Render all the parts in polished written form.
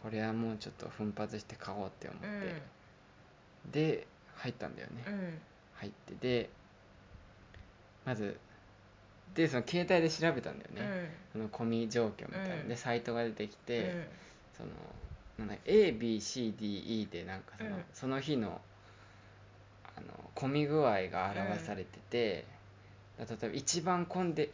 これはもうちょっと奮発して買おうって思って、で入ったんだよね、入ってでまずでその携帯で調べたんだよね、その込み状況みたいな、でサイトが出てきて、そのなんだ ABCDE でなんかその日の混み具合が表されてて、例えば一番混んで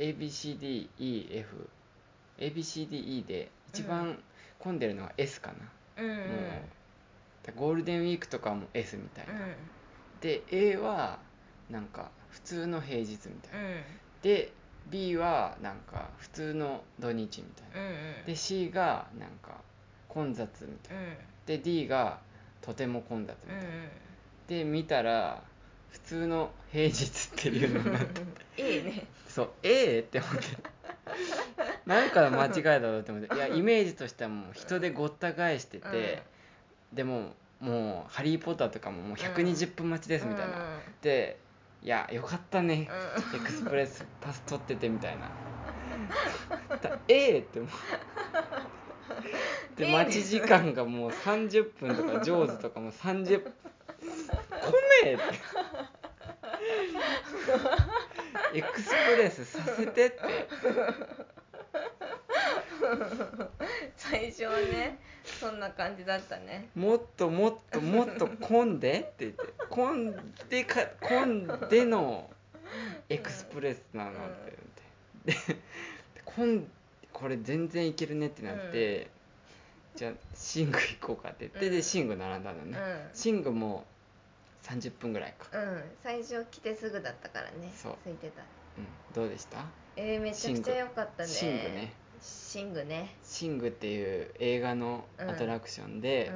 ABCDEF、ABCDE で一番混んでるのが S かな、もうゴールデンウィークとかも S みたいな、で A はなんか普通の平日みたいな、で B はなんか普通の土日みたいな、で C がなんか混雑みたいな、で D がとても混雑みたいな、で見たら普通の平日っていうのになって A ね、 そう A って思ってなんか間違いだろうって思って、いやイメージとしてはもう人でごった返してて、でももうハリーポッターとかももう120分待ちですみたいな、でいやよかったね、エクスプレスパス取っててみたいなって思ってで待ち時間がもう30分とか上手とかも30分ごめんってエクスプレスさせてって最初はねそんな感じだったね。 もっともっともっと混んでって言って混んでのエクスプレスなのって言ってでこれ全然いけるねってなって、じゃあシング行こうかって言って、でシング並んだのね、シングも30分ぐらいか、 最初来てすぐだったからね、 そう空いてた、 どうでした？ めちゃくちゃ良かったね。 シングね、 シングっていう映画のアトラクションで、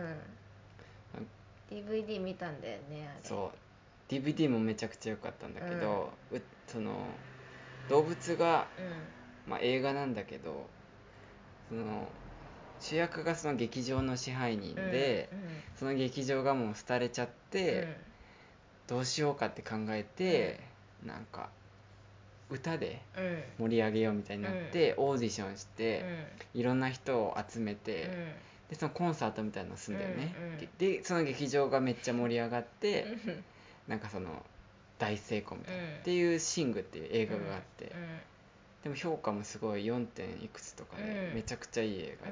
DVD 見たんだよねあれ。 そう DVD もめちゃくちゃ良かったんだけど、その動物が、映画なんだけどその主役がその劇場の支配人で、その劇場がもう廃れちゃって、どうしようかって考えて、なんか歌で盛り上げようみたいになって、オーディションして、いろんな人を集めて、でそのコンサートみたいなのするんだよね、でその劇場がめっちゃ盛り上がって、なんかその大成功みたいな、っていうシングっていう映画があって、でも評価もすごい 4. 点いくつとかで、めちゃくちゃいい映画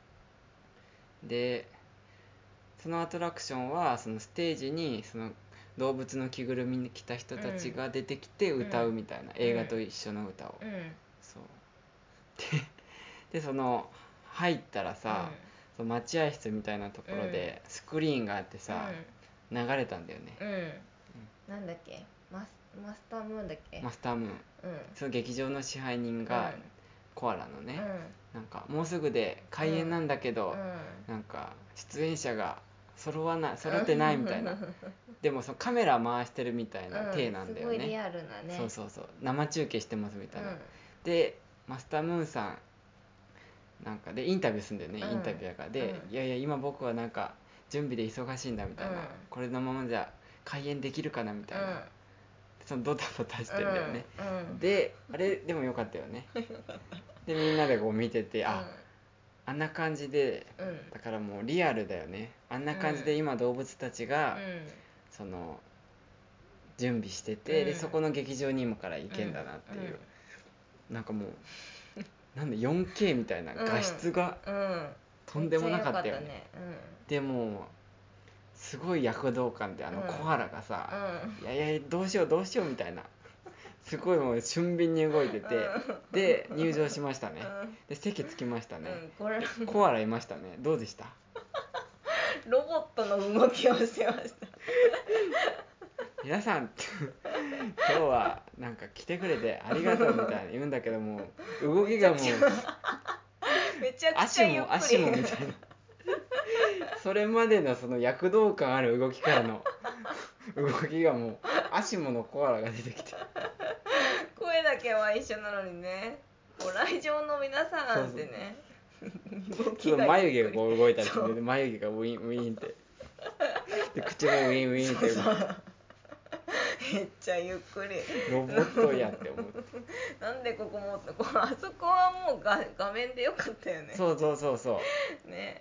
で、そのアトラクションはそのステージにその動物の着ぐるみに来た人たちが出てきて歌うみたいな、映画と一緒の歌を、そうでその入ったらさ、その待合室みたいなところでスクリーンがあってさ、流れたんだよね、 なんだっけ、マスタームーンだっけ。 マスタームーン、その劇場の支配人が、コアラのね、なんかもうすぐで開演なんだけど、なんか出演者が揃ってないみたいなでもそのカメラ回してるみたいな体なんだよね、 すごいリアルなね、 そう生中継してますみたいな、でマスタームーンさんなんかでインタビューするんだよね、インタビュアーがで、いやいや今僕はなんか準備で忙しいんだみたいな、これのままじゃ開演できるかなみたいな、そのドタバタしてんだよね、であれでもよかったよねでみんなでこう見てて、あんな感じで、だからもうリアルだよね、あんな感じで今動物たちが、その準備してて、でそこの劇場に今から行けんだなっていう、なんかもうなんで 4K みたいな画質がとんでもなかったよね、でもすごい躍動感でコアラがさ、いやいやどうしようみたいな、すごいもう俊敏に動いてて、で入場しましたね、で席着きましたね、コアラいましたね、どうでした？ ロボットの動きをしてました皆さん今日はなんか来てくれてありがとうみたいな言うんだけども、動きがもうめちゃくちゃゆっくり足もみたいなそれまでのその躍動感ある動きからの動きがもう足ものコアラが出てきて声だけは一緒なのにね、ご来場の皆さんってね、 動きが眉毛がこう動いたりして、眉毛がウィンウィンってで口もウィンウィンってめっちゃゆっくり、 ロボットやって思ってなんでここもあそこはもう画面でよかったよね、 そうね、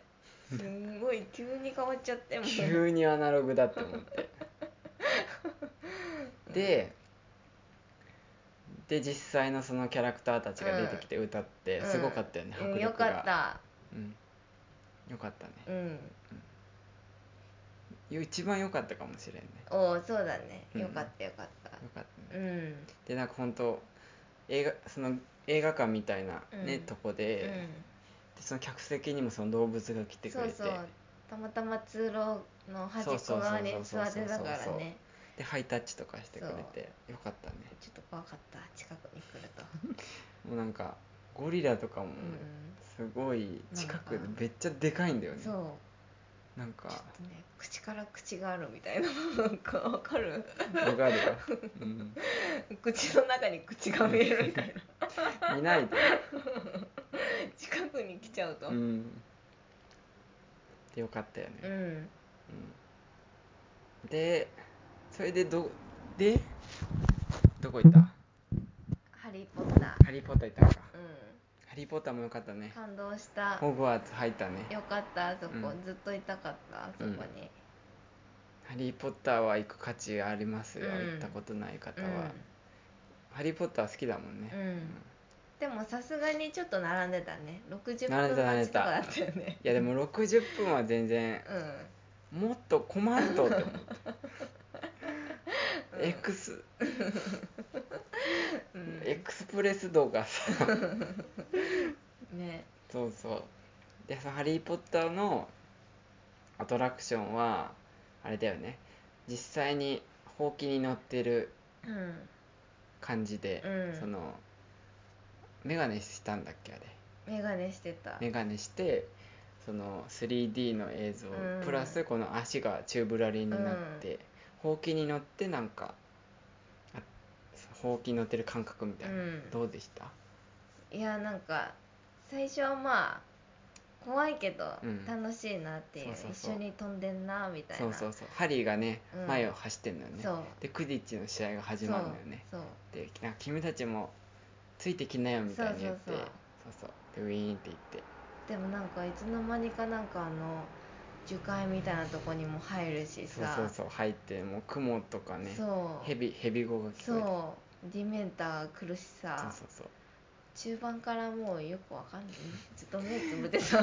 すんごい急に変わっちゃっても急にアナログだって思ってで実際のそのキャラクターたちが出てきて歌ってすごかったよね、迫力が。 よかった、 よかったね。一番良かったかもしれんね。 おお、そうだね、よかったよかった、 ね。でなんか本当その映画館みたいなね、とこで、その客席にもその動物が来てくれて、 そうたまたま通路の端っこ側に座ってたからね。 でハイタッチとかしてくれてよかったね。 ちょっと怖かった、近くに来るともうなんかゴリラとかもすごい近くでめっちゃでかいんだよね。そうなんかちょっとね、口から口があるみたいななんかわかる？ わかるよ、 口の中に口が見えるみたいな見ないで近くに来ちゃうと、 でよかったよね。でそれでどこ行った？ ハリーポッター。 ハリーポッター行ったのか。ハリーポッターもよかったね。 感動した。 ホグワーツ入ったね。 よかった、あそこ、ずっといたかったあそこに。 ハリーポッターは行く価値ありますよ、行ったことない方は。ハリーポッター好きだもんね。 でもさすがにちょっと並んでたね。60分待ちとかだったよね。 いやでも60分は全然、もっと困んとって思ったエクスプレス度がさね。 そうでそのハリーポッターのアトラクションはあれだよね、実際にほうきに乗ってる感じで、そのメガネしたんだっけ、あれメガネしてた。 メガネしてその 3D の映像、プラスこの足が宙ぶらりんになって、ほうきに乗ってなんかほうきに乗ってる感覚みたいな、どうでした？ いやなんか最初はまあ怖いけど楽しいなっていう、一緒に飛んでんなみたいな。 ハリーがね、前を走ってんのよね。でクディッチの試合が始まるのよね。でなんか君たちもついてきなよみたいに言って、でウィーンって言って、 でもなんかいつの間にかなんか樹海みたいなとこにも入るしさ、 入ってもう雲とかね、ヘビ語が聞こえて、ディメンター来るしさ、中盤からもうよくわかんない、ずっと目つぶってさ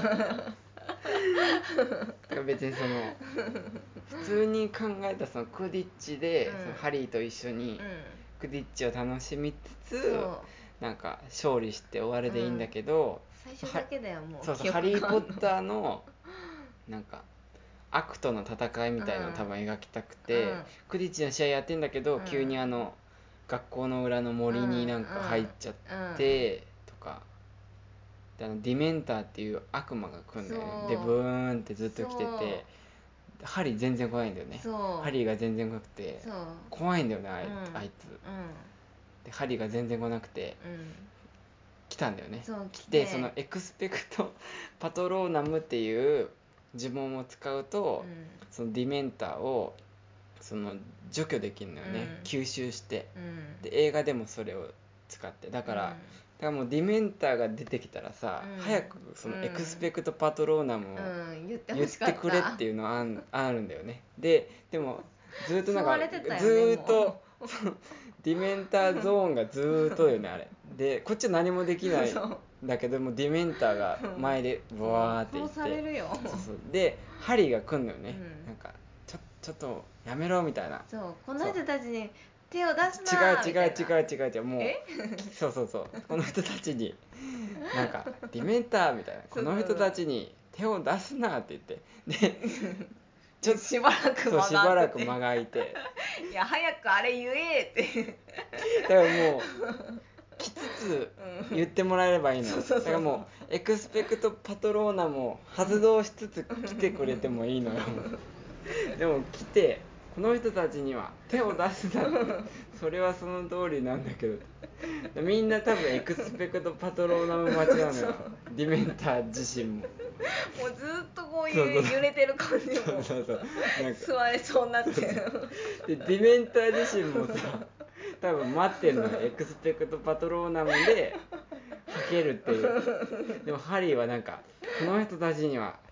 別にその普通に考えたそのクディッチで、そのハリーと一緒にクディッチを楽しみつつ、なんか勝利して終わるでいいんだけど、 最初だけだよもう。 ハリー・ポッターのなんか悪との戦いみたいなのを多分描きたくて、クディッチの試合やってんだけど、急に学校の裏の森になんか入っちゃって、とかでディメンターっていう悪魔が来るんだよね。でブーンってずっと来てて、ハリー全然怖いんだよね。ハリーが全然怖くて怖いんだよね、あいつ、でハリーが全然来なくて、来たんだよね。でそのエクスペクトパトローナムっていう呪文を使うと、そのディメンターをその除去できるのよね、吸収して、で映画でもそれを使って、だからもうディメンターが出てきたらさ、早くそのエクスペクトパトローナムを言ってくれっていうのあるんだよね。でもずっとなんかずっとディメンターゾーンがずっとよねあれで、こっちは何もできないんだけども、ディメンターが前でブワーって言って、 殺されるよ。 でハリーが来んのよね、なんかちょっとやめろみたいな。 この人たちに手を出すなーみたいな。 違うもうこの人たちになんかディメンターみたいな、この人たちに手を出すなって言って、でしばらく間が空いていや早くあれ言えってだからもう来つつ言ってもらえればいいの。だからもうエクスペクトパトローナも発動しつつ来てくれてもいいのよでも来て、この人たちには手を出すなそれはその通りなんだけど、みんな多分エクスペクトパトローナム待ちなのよディメンター自身も。 もうずっとこういう揺れてる感じも座れそうになってでディメンター自身もさ多分待ってんのよ、エクスペクトパトローナムで吐けるっていう。でもハリーはなんかこの人たちには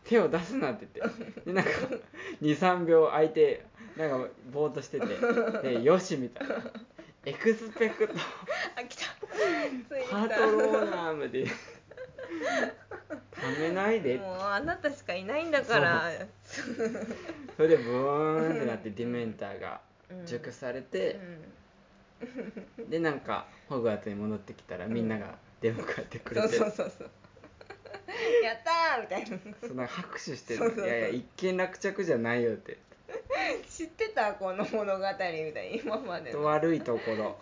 手を出すなって言ってでなんか 2,3 秒空いてなんかぼーっとしててでよしみたいなエクスペクト来たパートローナームでためないでもうあなたしかいないんだからそれでブーンってなってディメンターが除去されて、でなんかホグワーツに戻ってきたらみんなが出迎えてくれて、 そうやったーみたいなその拍手してるのいやいや一見落着じゃないよって知ってたこの物語みたいな今までの悪いところ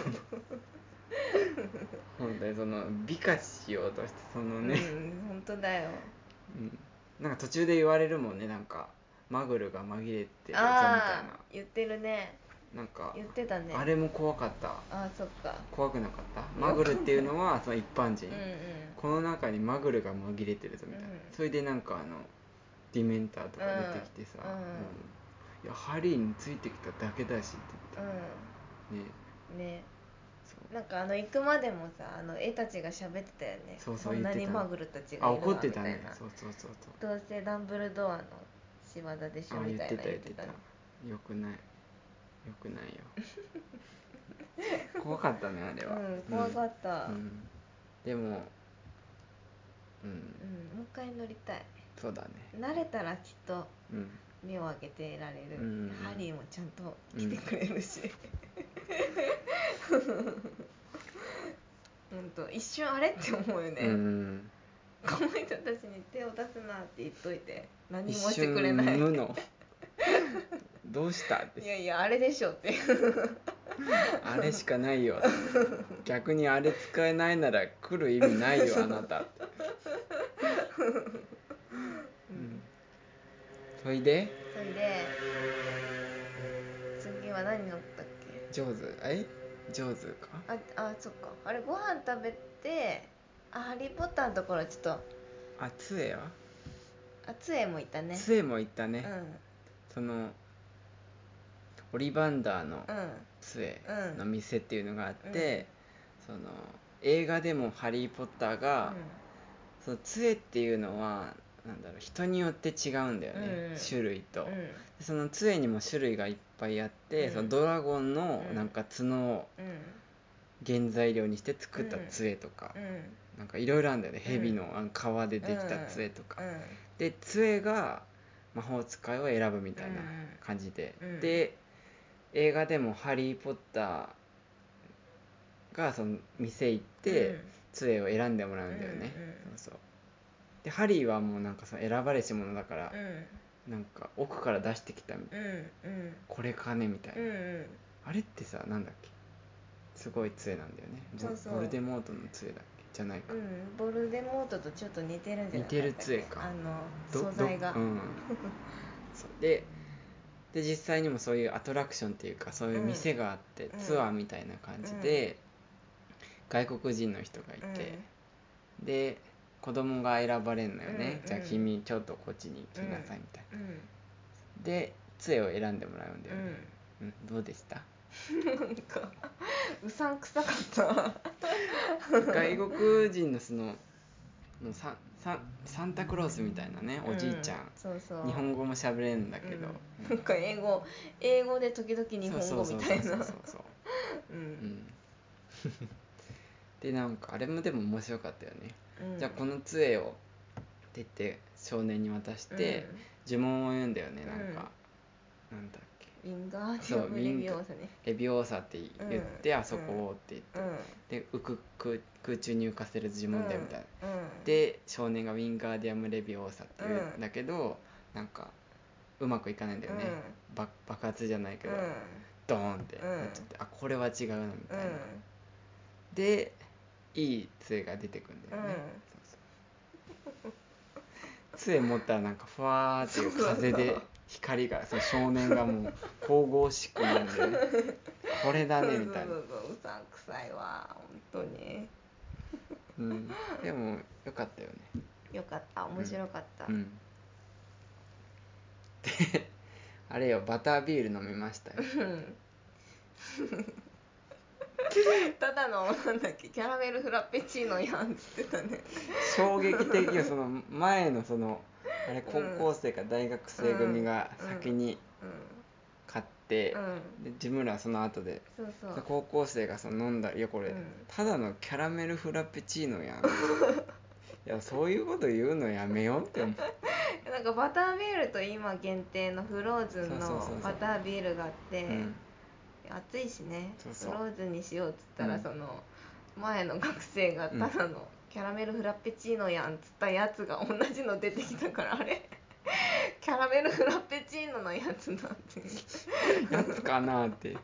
本当にその美化しようとしてそのね、 本当だよ、 なんか途中で言われるもんねなんかマグルが紛れてるぞみたいな言ってるねなんか言ってたねあれも怖かった。 そっか怖くなかった。マグルっていうのはその一般人この中にマグルが紛れてるぞみたいな、それでなんかディメンターとか出てきてさ、いやハリーについてきただけだしって言ってねなんか行くまでもさ絵たちが喋ってたよね。そんなにマグルたちがいるわみたいな。怒ってたね。そうどうせダンブルドアの仕業でしょみたいな言ってたね。 よくないよ怖かったねあれは。 怖かった、 でももう一回乗りたい。 そうだね。慣れたらきっと目を開けてられる、ハリーもちゃんと来てくれるし、ほんと一瞬あれって思うよね、この人たちに手を出すなって言っといて何もしてくれない。 一瞬無のどうしたっていやあれでしょってあれしかないよ逆にあれ使えないなら来る意味ないよあなたそいで次は何乗ったっけ。 ジョーズか。 そっかあれご飯食べてハリーポッターのところちょっと杖は杖もいたね。 そのオリバンダーの杖の店っていうのがあって、その映画でもハリーポッターが、その杖っていうのはなんだろう人によって違うんだよね、種類と、その杖にも種類がいっぱいあって、そのドラゴンのなんか角を原材料にして作った杖とか、なんかいろいろあるんだよね、蛇の皮でできた杖とか、で杖が魔法使いを選ぶみたいな感じで、で映画でもハリー・ポッターがその店行って杖を選んでもらうんだよね、そうでハリーはもうなんかその選ばれし者だから、なんか奥から出してきたみたいな、これかねみたいな、あれってさなんだっけすごい杖なんだよね。ボルデモートの杖だっけじゃないか、 ボルデモートとちょっと似てるんじゃないか、 似てる杖か素材がそうで実際にもそういうアトラクションっていうかそういう店があって、ツアーみたいな感じで、外国人の人がいて、で子供が選ばれんのよね、じゃあ君ちょっとこっちに来なさいみたいな、で杖を選んでもらうんだよね、どうでしたなんかうさんくさかった外国人のそのサンタクロースみたいなねおじいちゃん、日本語も喋れるんだけど、 なんか英語で時々日本語みたいなでなんかあれもでも面白かったよね、じゃあこの杖をって言って少年に渡して、呪文を言うんだよね、なんだっけウィンガーディアムレビオーサね、 レビオーサって言って、あそこをって言って、で空中に浮かせる呪文だよみたいな、で少年がウィンガーディアムレビオーサって言うんだけど、なんかうまくいかないんだよね、爆発じゃないけど、ドーンってなっちゃって、これは違うなみたいな、でいい杖が出てくるんだよね、杖持ったらなんかふわーっていう風で光がその少年がもう神々しくなるんで、ね、これだねみたいな、 うさんくさいわ本当にでもよかったよね、 よかった、面白かった、 であれよバタービール飲みましたよただのなんだっけキャラメルフラペチーノやんっつってたね衝撃的よ、その前のそのあれ高校生か大学生組が先に買って、で自分らはその後で、で高校生がその飲んだら、いやこれ、ただのキャラメルフラペチーノやんいやそういうこと言うのやめようって思うなんかバタービールと今限定のフローズンのバタービールがあって、暑いしね、フローズンにしようっつったら、その前の学生がただのキャラメルフラペチーノやんっつったやつが同じの出てきたから、あれキャラメルフラペチーノのやつなんてやつかなって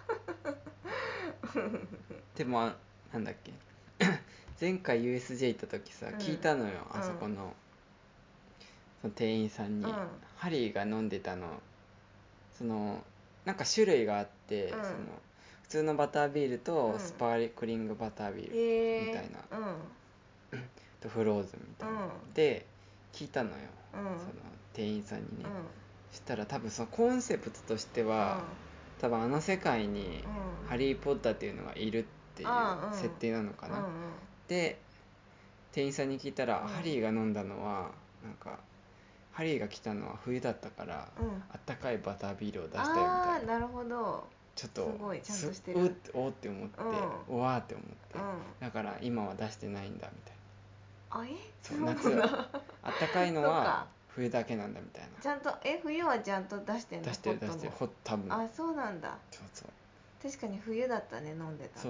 でもなんだっけ前回 USJ 行った時さ、聞いたのよ、あそこの、その店員さんに、ハリーが飲んでたの、そのなんか種類があって、その普通のバタービールとスパークリングバタービールみたいな、とフローズンみたいな、で聞いたのよ、その店員さんにね、そしたら多分そのコンセプトとしては、多分あの世界にハリー・ポッターっていうのがいるっていう設定なのかな、で店員さんに聞いたら、ハリーが飲んだのはなんかハリーが来たのは冬だったから、あったかいバタービールを出したよみたいな。 あ、なるほど。 ちょっとすごいちゃんとしてる。 おって思って、おわーって思って、だから今は出してないんだみたいな。そう夏あったかいのは冬だけなんだみたいな。 ちゃんと冬はちゃんと出してんの？ 出してる多分。 あ、そうなんだ。 そう確かに冬だったね、飲んでた。 そう、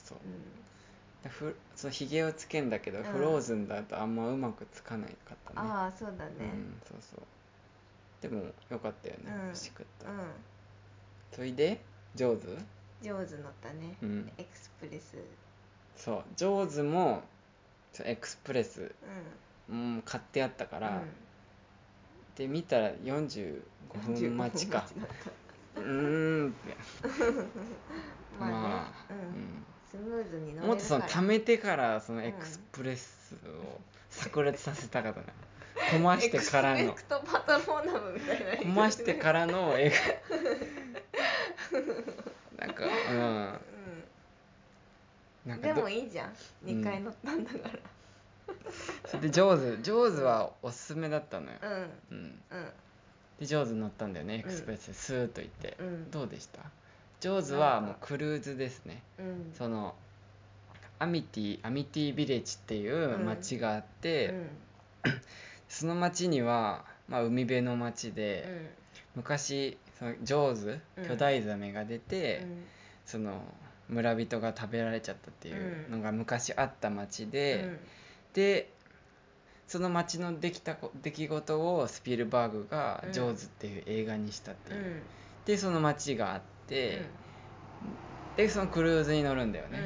そのひげをつけんだけど、フローズンだとあんまうまくつかないかったね。 ああ、そうだね。 そうでもよかったよね、美味しくった。それでジョーズ乗ったね、エクスプレス。 そう、ジョーズもエクスプレス、買ってあったから、で見たら45分待ちかまあスムーズに飲めるから。 もっとその貯めてからそのエクスプレスを炸裂させたかったな。こましてからのエクスペクトパトローナムみたいな、こましてからのなんかでもいいじゃん、2回乗ったんだからそれでジョーズはおすすめだったのよ。でジョーズ乗ったんだよね、エクスプレスでスーッと行って、どうでした？ジョーズはもうクルーズですね。そのアミティビレッジっていう町があって、その町には、海辺の町で、昔そのジョーズ、巨大ザメが出て、その村人が食べられちゃったっていうのが昔あった町で、でその町の出来事をスピルバーグがジョーズっていう映画にしたっていう、でその町があって、でそのクルーズに乗るんだよね、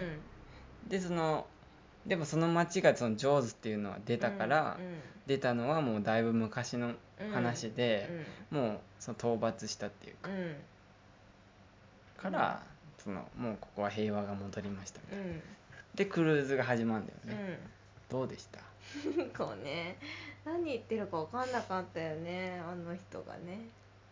でもその町がそのジョーズっていうのは出たから、出たのはもうだいぶ昔の話で、もうその討伐したっていうか、から、もうここは平和が戻りましたみたいな、でクルーズが始まるんだよね、どうでした？ こうね、何言ってるか分かんなかったよね、あの人がね。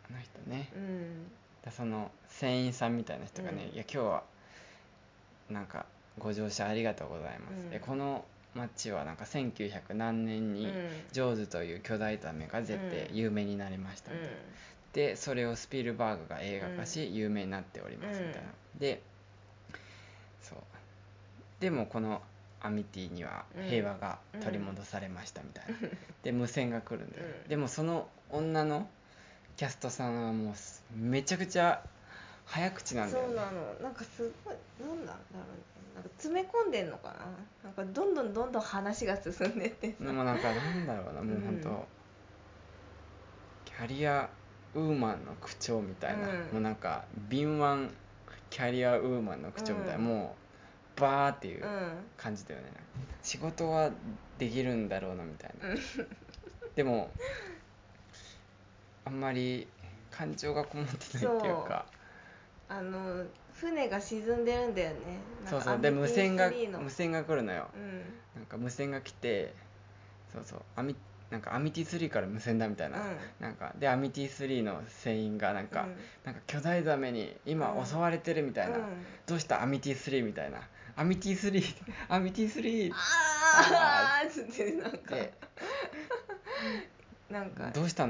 その船員さんみたいな人がね、いや今日はなんかご乗車ありがとうございます、この町はなんか1900何年にジョーズという巨大ザメが出て有名になりましたみたいな、でそれをスピルバーグが映画化し有名になっておりますみたいな、でそうでもこのアミティには平和が取り戻されましたみたいな、で無線が来るんで、でもその女のキャストさんはもうめちゃくちゃ早口なんだよね。 そうなの、なんかすごい、なんだろうね、なんか詰め込んでんのかな、なんかどんどん話が進んでってさ、 でもなんかなんだろうな、もうほんと、キャリアウーマンの口調みたいな、もうなんか敏腕キャリアウーマンの口調みたいな、もうバーっていう感じだよね、仕事はできるんだろうなみたいな、でもあんまり感情がこもってないっていうか、 船が沈んでるんだよね。 そうで無線が来るのよ、なんか無線が来て、なんかアミティ3から無線だみたいな、なんかでアミティ3の船員がなんか巨大ザメに今襲われてるみたいな、どうしたアミティ3みたいな、アミティ3 あーっつってなんかなんかどうしたの